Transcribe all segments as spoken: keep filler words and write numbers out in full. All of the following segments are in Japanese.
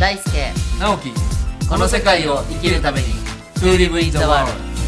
大輔直樹、 この世界を生きるために To live in the world。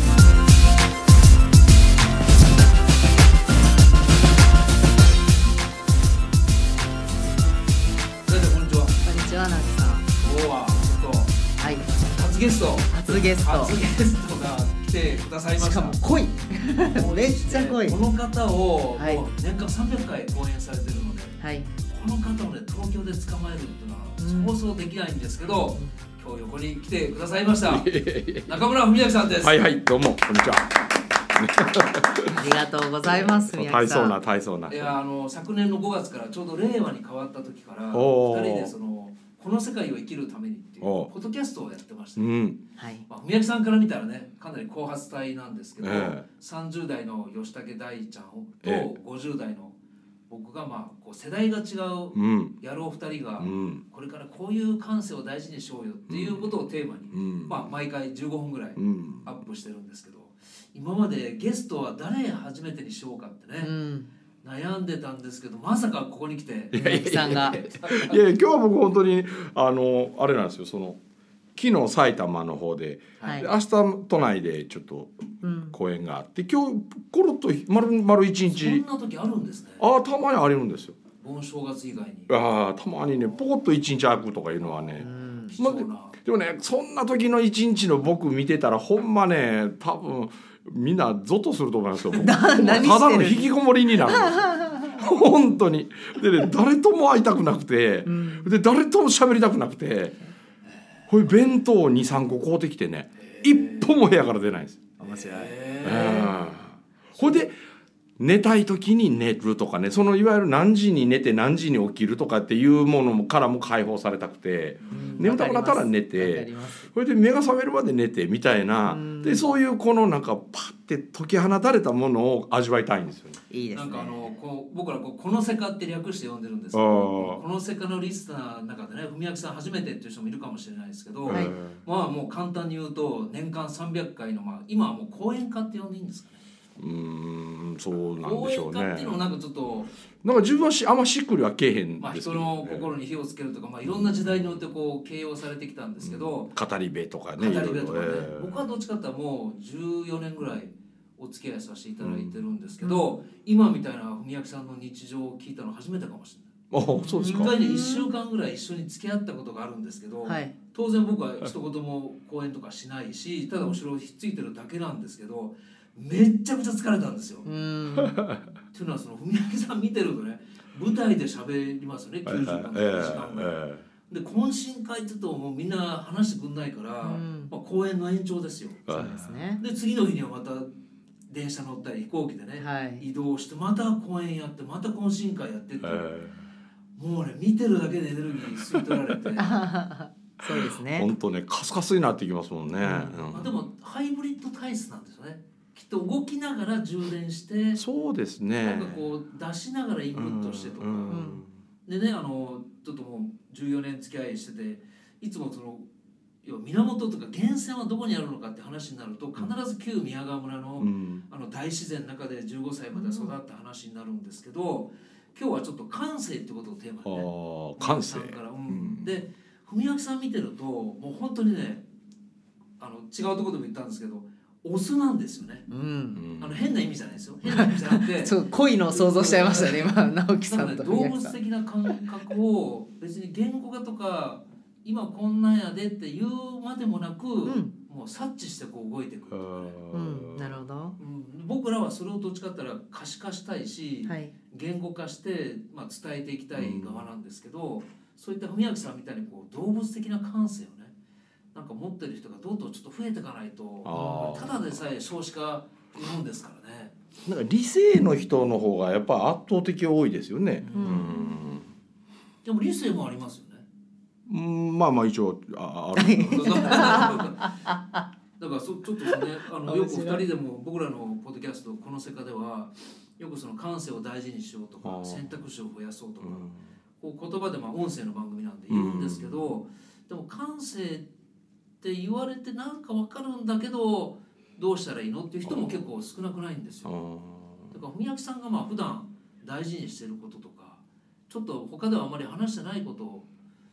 それではこんにちは。 こんにちは、なきさん。 今日はちょっとはい初ゲスト初ゲスト初ゲストが来てくださいました。 しかも濃いめっちゃ濃い。 この方を、 はいもう年間さんびゃっかい講演されてるので、 はい、 この方をね東京で捕まえるっていうのは想像できないんですけど、うん、今日横に来てくださいました中村文明さんです。 はいはい、どうもこんにちはありがとうございます。宮城さん、 大層な大層な。 いや、あの昨年のごがつからちょうど令和に変わった時からふたりでそのこの世界を生きるためにっていうポッドキャストをやってました、ね。うん、まあ、文明さんから見たらねかなり後発隊なんですけど、えー、さんじゅう代の吉武大ちゃんとごじゅう代の僕がまあこう世代が違う野郎ふたりがこれからこういう感性を大事にしようよっていうことをテーマに、まあ、毎回じゅうごほんぐらいアップしてるんですけど、今までゲストは誰初めてにしようかってね、うん、悩んでたんですけど、まさかここに来て宮城さんがいやいや今日は僕本当にあのあれなんですよ、その昨日埼玉の方で、はい、で明日都内でちょっと公演があって、うん、今日コロッと丸々一日。 そんな時あるんですね。 ああ、たまにあるんですよ。 盆正月以外に。 ああ、たまにねポコッと一日空くとかいうのはね、うん、まあ、でもねそんな時の一日の僕見てたらほんまね多分みんなゾッとすると思いますよ。ただの引きこもりになる本当にで、ね、誰とも会いたくなくて、うん、で誰とも喋りたくなくて、これ弁当を にさんこ買うてきてね、一歩も部屋から出ないんです。 面白い。 ほいで寝たい時に寝るとかね、そのいわゆる何時に寝て何時に起きるとかっていうものからも解放されたくて、うん、眠たくなったら寝て、それで目が覚めるまで寝てみたいな、うん、でそういうこのなんかパッて解き放たれたものを味わいたいんですよね。 いいですね。 なんかあのこう僕らこうこのセカって略して呼んでるんですけど、このセカのリスナーの中でね文明さん初めてっていう人もいるかもしれないですけど、はい、まあもう簡単に言うと年間さんびゃっかいの、まあ、今はもう講演家って呼んでいいんですかね。 うーん、そうなんでしょうね。 講演家っていうのはなんかちょっとなんか自分はしあんましっくりはけえへんですけど、 まあ、人の心に火をつけるとか、まあ、いろんな時代によってこう形容されてきたんですけど、 うん、語り部とかね、 語り部とかね、えー、僕はどっちかっていうともうじゅうよねんぐらいお付き合いさせていただいてるんですけど、うん、今みたいな文明さんの日常を聞いたの初めてかもしれない。 あ、そうですか。 いっかいでいっしゅうかんぐらい一緒に付き合ったことがあるんですけど、はい、当然僕は一言も講演とかしないし、ただ後ろひっついてるだけなんですけど、めっちゃくちゃ疲れたんですよ。うーんっていうのはその文明さん見てるとね、舞台で喋りますよね、きゅうじゅうかんの時間ぐらい、えー、で懇親会って言うともうみんな話してくんないから、うんまあ、公演の延長ですよ。 そうですね。 で次の日にはまた電車乗ったり飛行機でね、はい、移動してまた公演やってまた懇親会やってって、えー、もうね見てるだけでエネルギー吸い取られてそうですね。 本当ねカスカスになってきますもんね、うんうんまあ、でもハイブリッド体質なんですよね。きっと動きながら充電して、 そうですね、 なんかこう出しながらインプットしてとか、うん、でね、あのちょっともうじゅうよねん付き合いしてて、いつもその要は源とか源泉はどこにあるのかって話になると必ず旧宮川村の、うん、あの大自然の中でじゅうごさいまで育った話になるんですけど、今日はちょっと感性ってことをテーマにね、 感性から、うん、で文明さん見てるともう本当にね、あの違うところでも言ったんですけどオスなんですよね、うん、あの変な意味じゃないですよ、変な意味じゃなくてそう恋の想像しちゃいましたね今直樹さんと動物的な感覚を別に言語化とか今こんなんやでって言うまでもなく、うん、もう察知してこう動いてくるとかね、 うん、なるほど、 うん、僕らはそれをどっちかって言ったら可視化したいし、はい、言語化して、まあ、伝えていきたい側なんですけど、うん、そういった文明さんみたいにこう動物的な感性をねなんか持ってる人がどんどんちょっと増えていかないと、ただでさえ少子化日本ですからね。 なんか理性の人の方がやっぱ圧倒的多いですよね、うんうん、 でも理性もありますよね。 うん、まあまあ一応ああるだからそちょっとですね、あのよくふたりでも僕らのポッドキャストこの世界ではよくその感性を大事にしようとか選択肢を増やそうとか、うん、こう言葉でまあ音声の番組なんで言うんですけど、うん、でも感性って言われてなんか分かるんだけどどうしたらいいのっていう人も結構少なくないんですよ。だから文明さんがまあ普段大事にしてることとかちょっと他ではあまり話してないことを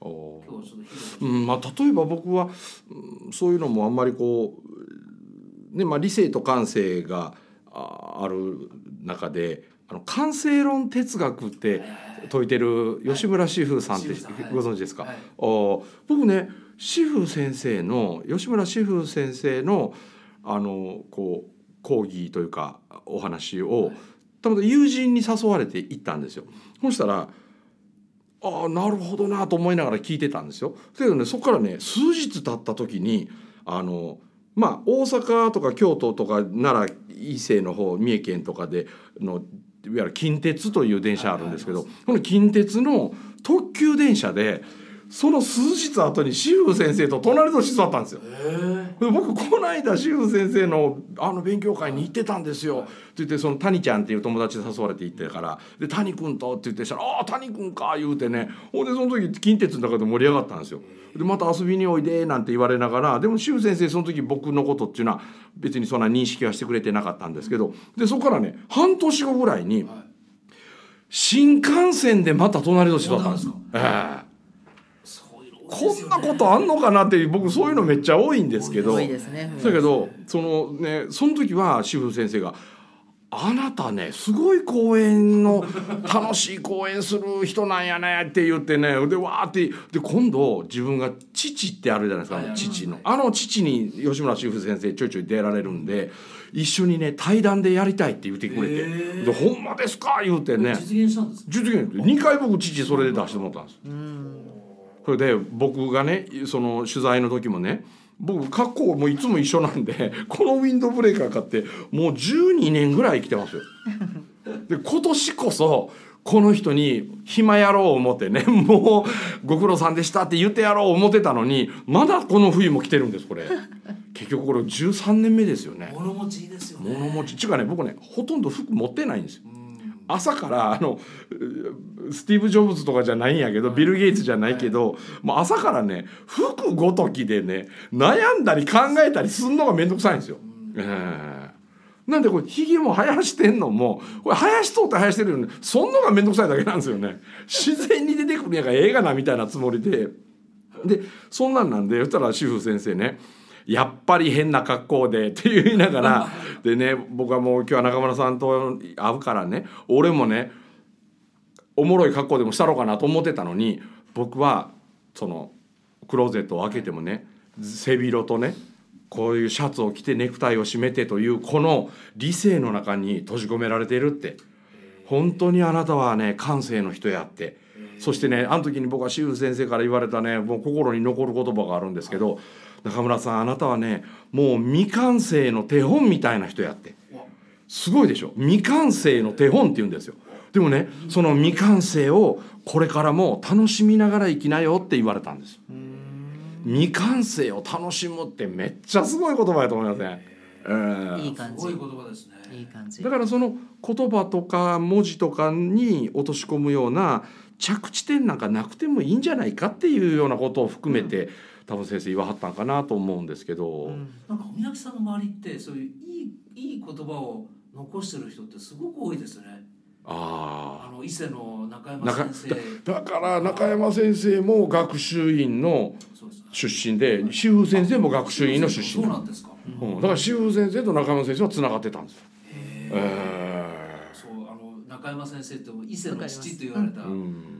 今日はちょっと広く、うんまあ、例えば僕は、うん、そういうのもあんまりこう、ねまあ、理性と感性がある中であの感性論哲学って説いてる吉村志風さんってご存知ですか？はいはい、お僕ね志風先生の吉村志風先生のあのこう講義というかお話を、はい、たまたま友人に誘われて行ったんですよ。そしたらああなるほどなと思いながら聞いてたんですよ。だけどねそこからね数日経った時にあのまあ大阪とか京都とか奈良伊勢の方三重県とかでのいわゆる近鉄という電車あるんですけど、この近鉄の特急電車でその数日後に志風先生と隣同士座ったんですよ。で僕この間志風先生のあの勉強会に行ってたんですよって言って、その谷ちゃんっていう友達で誘われて行ってからで谷君とって言ってしたら「ああ谷君か」言うてね、ほんでその時近鉄の中で盛り上がったんですよ。でまた遊びにおいでなんて言われながら、でも志風先生その時僕のことっていうのは別にそんな認識はしてくれてなかったんですけど、でそこからね半年後ぐらいに新幹線でまた隣同士だったんですよ。ええこんなことあんのかなって僕そういうのめっちゃ多いんですけど、だけどそのねその時は志風先生があなたねすごい講演の楽しい講演する人なんやねって言ってね、でわーってで今度自分が父ってあるじゃないですか、父のあの父に吉村志風先生ちょいちょい出られるんで一緒にね対談でやりたいって言ってくれて、でほんまですか言うてね実現したんですか？ 実現にかい僕父それで出してもらったんです。それで僕がねその取材の時もね僕格好もいつも一緒なんでこのウィンドブレーカー買ってもうじゅうにねんぐらい生きてますよ。で今年こそこの人に暇やろう思ってねもうご苦労さんでしたって言ってやろう思ってたのにまだこの冬も来てるんですこれ。結局これじゅうさんねんめですよね。 物持ちいいですよね。 物持ちっていうかね僕ねほとんど服持ってないんですよ。朝からあのスティーブ・ジョブズとかじゃないんやけどビル・ゲイツじゃないけど、もう朝からね服ごときでね悩んだり考えたりすんのがめんどくさいんですよ。えー、なんでこれひげも生やしてんのもこれ生やしとって生やしてるよね、そんのがめんどくさいだけなんですよね。自然に出てくるんやからええがなみたいなつもりで、でそんなんなんで言ったら志風先生ねやっぱり変な格好でって言いながらでね僕はもう今日は中村さんと会うからね俺もねおもろい格好でもしたろうかなと思ってたのに、僕はそのクローゼットを開けてもね背広とねこういうシャツを着てネクタイを締めてというこの理性の中に閉じ込められているって、本当にあなたはね感性の人やって、そしてねあの時に僕は志風先生から言われたねもう心に残る言葉があるんですけど、中村さんあなたはねもう未完成の手本みたいな人やって、すごいでしょ、未完成の手本って言うんですよ。でもねその未完成をこれからも楽しみながら生きなよって言われたんです。未完成を楽しむってめっちゃすごい言葉やと思いますね。えー、 いい感じ。 すごい言葉ですね。 いい感じ。 だからその言葉とか文字とかに落とし込むような着地点なんかなくてもいいんじゃないかっていうようなことを含めて、うん、多分先生言わはったんかなと思うんですけど、うん、 なんか文明さんの周りってそういういい、いい言葉を残してる人ってすごく多いですね。 ああの伊勢の中山先生だ, だから中山先生も学習院の出身で志風先生も学習院の出身。 そうなんですか、 うん、だから志風先生と中山先生はつながってたんですよ。 へえー、そうあの中山先生って伊勢の父と言われた、うん、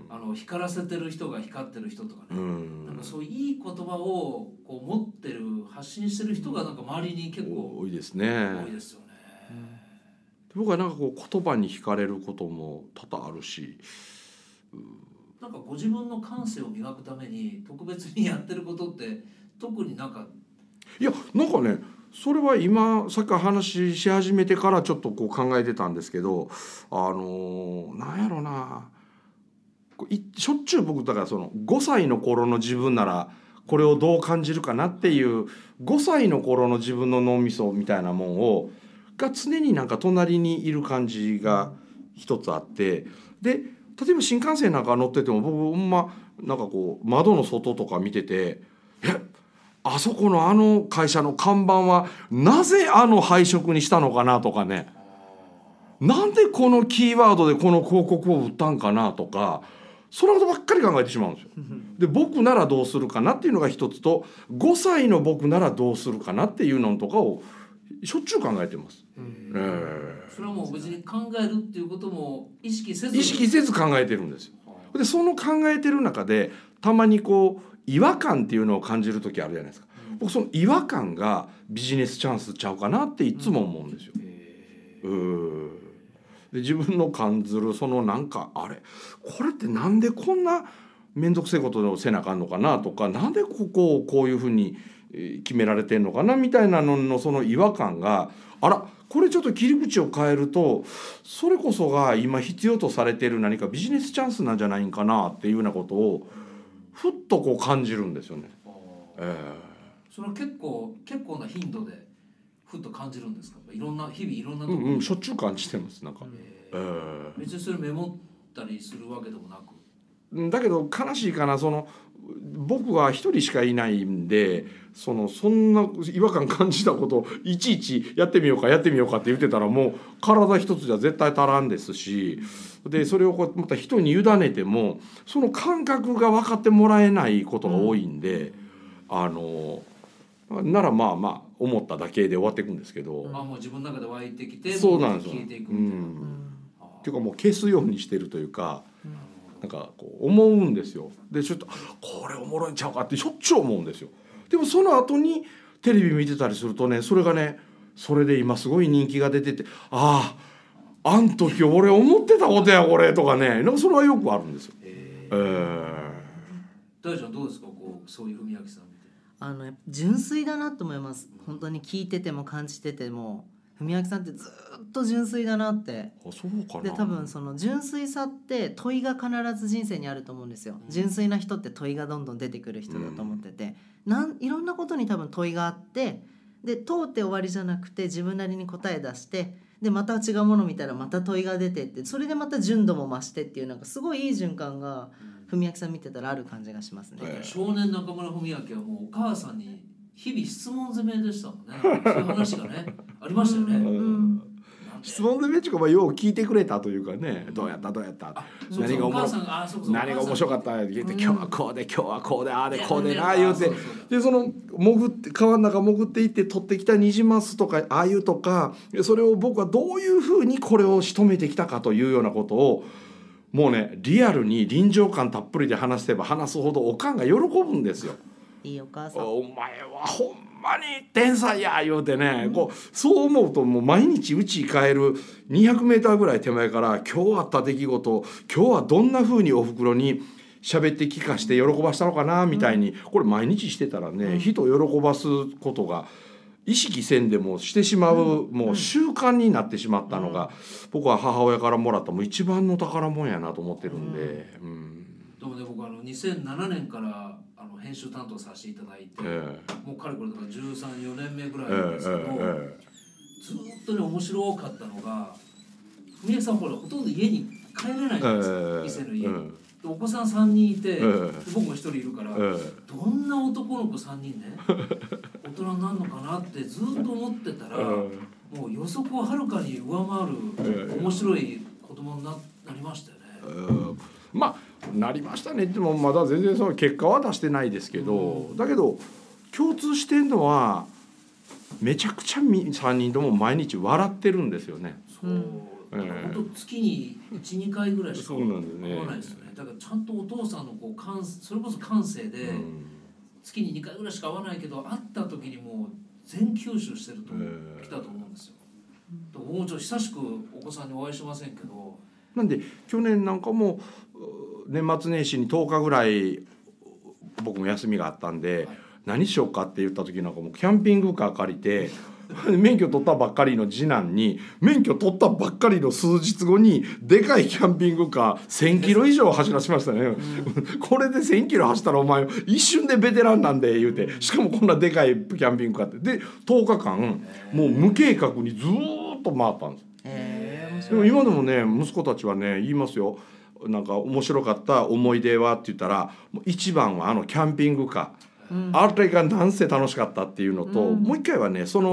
あの光らせてる人が光ってる人とかね、うん、なんかそういういい言葉をこう持ってる発信してる人がなんか周りに結構多いですね。 多いですよね。うん僕はなんかこう言葉に惹かれることも多々あるし、 うん、なんかご自分の感性を磨くために特別にやってることって特になんかいやなんかねそれは今さっき話し始めてからちょっとこう考えてたんですけど、あのー、なんやろなしょっちゅう僕だからそのごさいの頃の自分ならこれをどう感じるかなっていうごさいの頃の自分の脳みそみたいなもんをが常になんか隣にいる感じが一つあって、で例えば新幹線なんか乗ってても僕ほんまなんかこう窓の外とか見ててえあそこのあの会社の看板はなぜあの配色にしたのかなとかね、なんでこのキーワードでこの広告を売ったんかなとか、 そのことばっかり考えてしまうんですよ。で僕ならどうするかなっていうのが一つと、ごさいの僕ならどうするかなっていうのとかをしょっちゅう考えてます。えー、それはもう別に考えるっていうことも意識せず意識せず考えてるんですよ。でその考えてる中でたまにこう違和感っていうのを感じる時あるじゃないですか。僕その違和感がビジネスチャンスちゃうかなっていつも思うんですよ。うーで自分の感ずるそのなんかあれこれってなんでこんな面倒くせえことをせなあかんのかなとか、なんでここをこういうふうに決められてんのかなみたいなののその違和感が、あらこれちょっと切り口を変えるとそれこそが今必要とされている何かビジネスチャンスなんじゃないかなっていうようなことをふっとこう感じるんですよね。えー、それは結構結構な頻度でふっと感じるんですか。いろんな日々いろんなところ、 うんうん、しょっちゅう感じてますなんか、 えーえー、別にそれメモったりするわけでもなく。 だけど悲しいかな、その僕は一人しかいないんで、そのそんな違和感感じたことをいちいちやってみようかやってみようかって言ってたらもう体一つじゃ絶対足らんですし、でそれをこうまた人に委ねてもその感覚が分かってもらえないことが多いんで、うん、あのならまあまあ思っただけで終わっていくんですけど、 あもう自分の中で湧いてきてそうなんですよ。 消えていくみたいな、うん、 っていうかもう消すようにしてるというか、なんかこう思うんですよ。でちょっとこれおもろいんちゃうかってしょっちゅう思うんですよ。でもその後にテレビ見てたりするとね、それがねそれで今すごい人気が出てて、あああん時俺思ってたことやこれとかね、なんかそれはよくあるんですよ。えーえー、大ちゃんどうですか、こうそういう文明さん見て。 あの純粋だなと思います。本当に聞いてても感じてても文明さんってずっと純粋だなって。 あ、そうかな。 で多分その純粋さって問いが必ず人生にあると思うんですよ。純粋な人って問いがどんどん出てくる人だと思ってて、うん、なんいろんなことに多分問いがあって、で問うて終わりじゃなくて自分なりに答え出して、でまた違うもの見たらまた問いが出てって、それでまた純度も増してっていう、なんかすごいいい循環が文明さん見てたらある感じがしますね。 だから少年中村文明はもうお母さんに日々質問攻めでしたもんね。そういう話がねありましたよね。うん、 質問攻めっていうか、まあ、よう聞いてくれたというかね、どうやったどうやった何が面白かったって言って、今日はこうで今日はこうでああでこうでな言うて、でその潜って川の中潜っていって取ってきたニジマスとかアユとか、それを僕はどういうふうにこれを仕留めてきたかというようなことをもうねリアルに臨場感たっぷりで話せば話すほどおかんが喜ぶんですよ。 いいお母さん。 お前はほんまに天才や言うてね、うん、こうそう思うともう毎日家帰るにひゃくメーターぐらい手前から今日あった出来事、今日はどんな風におふくろに喋って聞かして喜ばしたのかなみたいに、うん、これ毎日してたらね、うん、人を喜ばすことが意識せんでもしてしまう、うん、もう習慣になってしまったのが、うん、僕は母親からもらったもう一番の宝物やなと思ってるんで、うんうん、 でもね僕あのにせんななねんからあの編集担当させていただいて、えー、もうかれこれとかじゅうさん、よねんめぐらいなんですけど、えーえー、ずっとね面白かったのが、文明さんほらほとんど家に帰れないんですよ、えー、伊勢の家に、えー、お子さんさんにんいて、えー、僕もひとりいるから、えー、どんな男の子さんにんね大人になるのかなってずっと思ってたら、えー、もう予測をはるかに上回る面白い子供に な, なりましたよね。えー、 まあなりましたね。でもまだ全然その結果は出してないですけど、うん、だけど共通してるのはめちゃくちゃさんにんとも毎日笑ってるんですよね。 そう、えー、本当月に いち,に 回ぐらいしか会わないですよね。だからちゃんとお父さんのこう感それこそ感性で、うん、月ににかいぐらいしか会わないけど会った時にもう全吸収してると、えー、来たと思うんですよ。僕もちょっと久しくお子さんにお会いしませんけど、 なんで去年なんかも年末年始にとおかぐらい僕も休みがあったんで、はい、何しようかって言った時なんかもうキャンピングカー借りて免許取ったばっかりの次男に免許取ったばっかりの数日後にでかいキャンピングカーせんキロ以上走らしましたね、うん、これでせんキロ走ったらお前一瞬でベテランなんで言うて、しかもこんなでかいキャンピングカーってでとおかかんもう無計画にずーっと回ったんです。へー、でも今でもね息子たちはね言いますよ。なんか面白かった思い出はって言ったら一番はあのキャンピングカー、うん、あれがなんせ楽しかったっていうのと、うん、もう一回はねその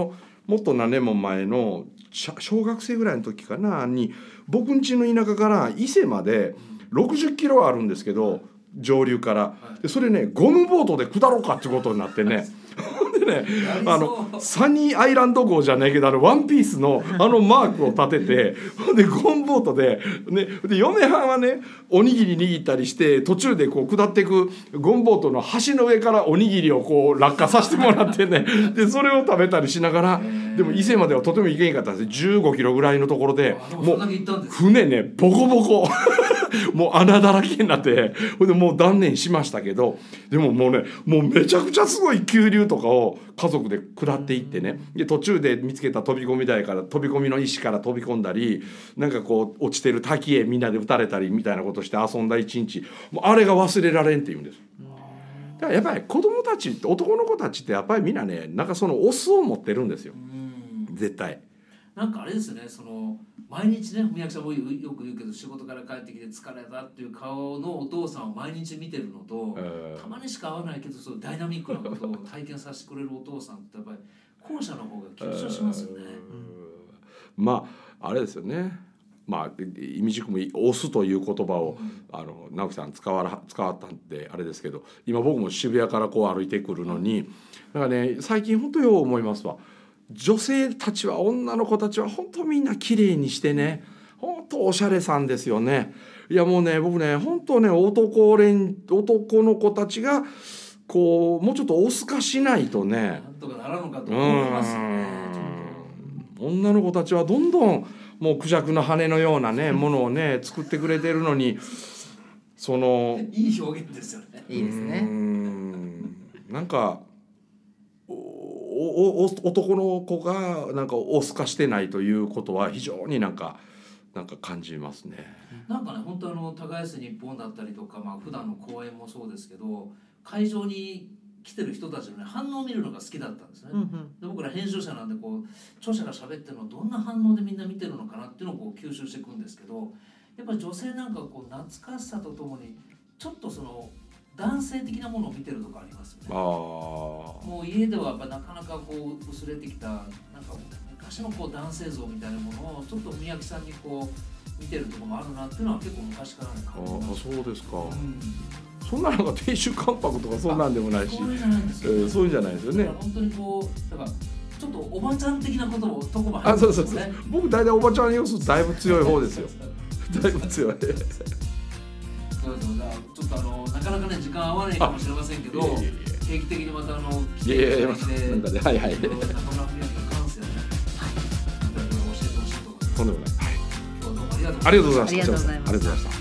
もっと何年も前の小学生ぐらいの時かなに僕ん家の田舎から伊勢までろくじゅっキロあるんですけど、上流からでそれねゴムボートで下ろうかってことになってねでねあのサニーアイランド号じゃないけどあのワンピースのあのマークを立ててでゴムボートで、ね、で嫁はんはねおにぎり握ったりして途中でこう下っていくゴムボートの橋の上からおにぎりをこう落下させてもらってねでそれを食べたりしながら、でも伊勢まではとても行けへんかったんです。じゅうごキロぐらいのところでもう船ねボコボコもう穴だらけになってほんでもう断念しましたけど、でももうねもうめちゃくちゃすごい急流とかを家族で下っていってね、で途中で見つけた飛び込み台から飛び込みの石から飛び込んだり、なんかこう落ちてる滝へみんなで打たれたりみたいなことして遊んだ一日、もうあれが忘れられんって言うんです。だからやっぱり子供たちって男の子たちってやっぱりみんなねなんかそのオスを持ってるんですよ、絶対。 なんかあれですね、その毎日ね、文明さんもよく言うけど仕事から帰ってきて疲れたっていう顔のお父さんを毎日見てるのと、えー、たまにしか会わないけどそうダイナミックなことを体験させてくれるお父さんってやっぱり後者の方が緊張しますよね、えーうん、 まああれですよね、まあ意味軸も押すという言葉を、うん、あの直樹さん使わら使わったんであれですけど、今僕も渋谷からこう歩いてくるのに、だからね最近本当よう思いますわ。女性たちは女の子たちは本当みんな綺麗にしてね、本当おしゃれさんですよね。いやもうね僕ね本当ね男連男の子たちがこうもうちょっとオス化しないとね、 なんとかならんのかと思いますよね。 女の子たちはどんどんもうクジャクの羽のようなねものをね作ってくれてるのに、そのいい表現ですよね。 いいですね。 うーんなんかおお男の子がなんかオス化してないということは非常になんかなんか感じますね。 なんかね本当あの耕す日本だったりとか、まあ普段の講演もそうですけど、会場に来てる人たちの、ね、反応を見るのが好きだったんですね、うんうん、で僕ら編集者なんでこう著者が喋ってるのをどんな反応でみんな見てるのかなっていうのをこう吸収していくんですけど、やっぱり女性なんかこう懐かしさとともにちょっとその男性的なものを見てるとこありますよね。あもう家ではやっぱなかなかこう薄れてきたなんか昔のこう男性像みたいなものをちょっと宮城さんにこう見てるところもあるなっていうのは結構昔からね感じました。 あそうですか、うん、そんなのが亭主関白とかそんなんでもないし、 そういうんじゃないんですよ、ねえー、 そういうんじゃないですよね。 本当にこうだからちょっとおばちゃん的なこともとこも入ってますよね。あそうそうそう僕大体おばちゃん要素だいぶ強い方ですよだいぶ強いそうですちょっとあのなかなかね時間合わないかもしれませんけど、定期的にまたあの来ていただいて、なんかねはいはい中村文明の感性をね、はい、教えてほしいと思います。 とんでもない。はい。 今日はどうもありがとうございました。 ありがとうございました。 ありがとうございました。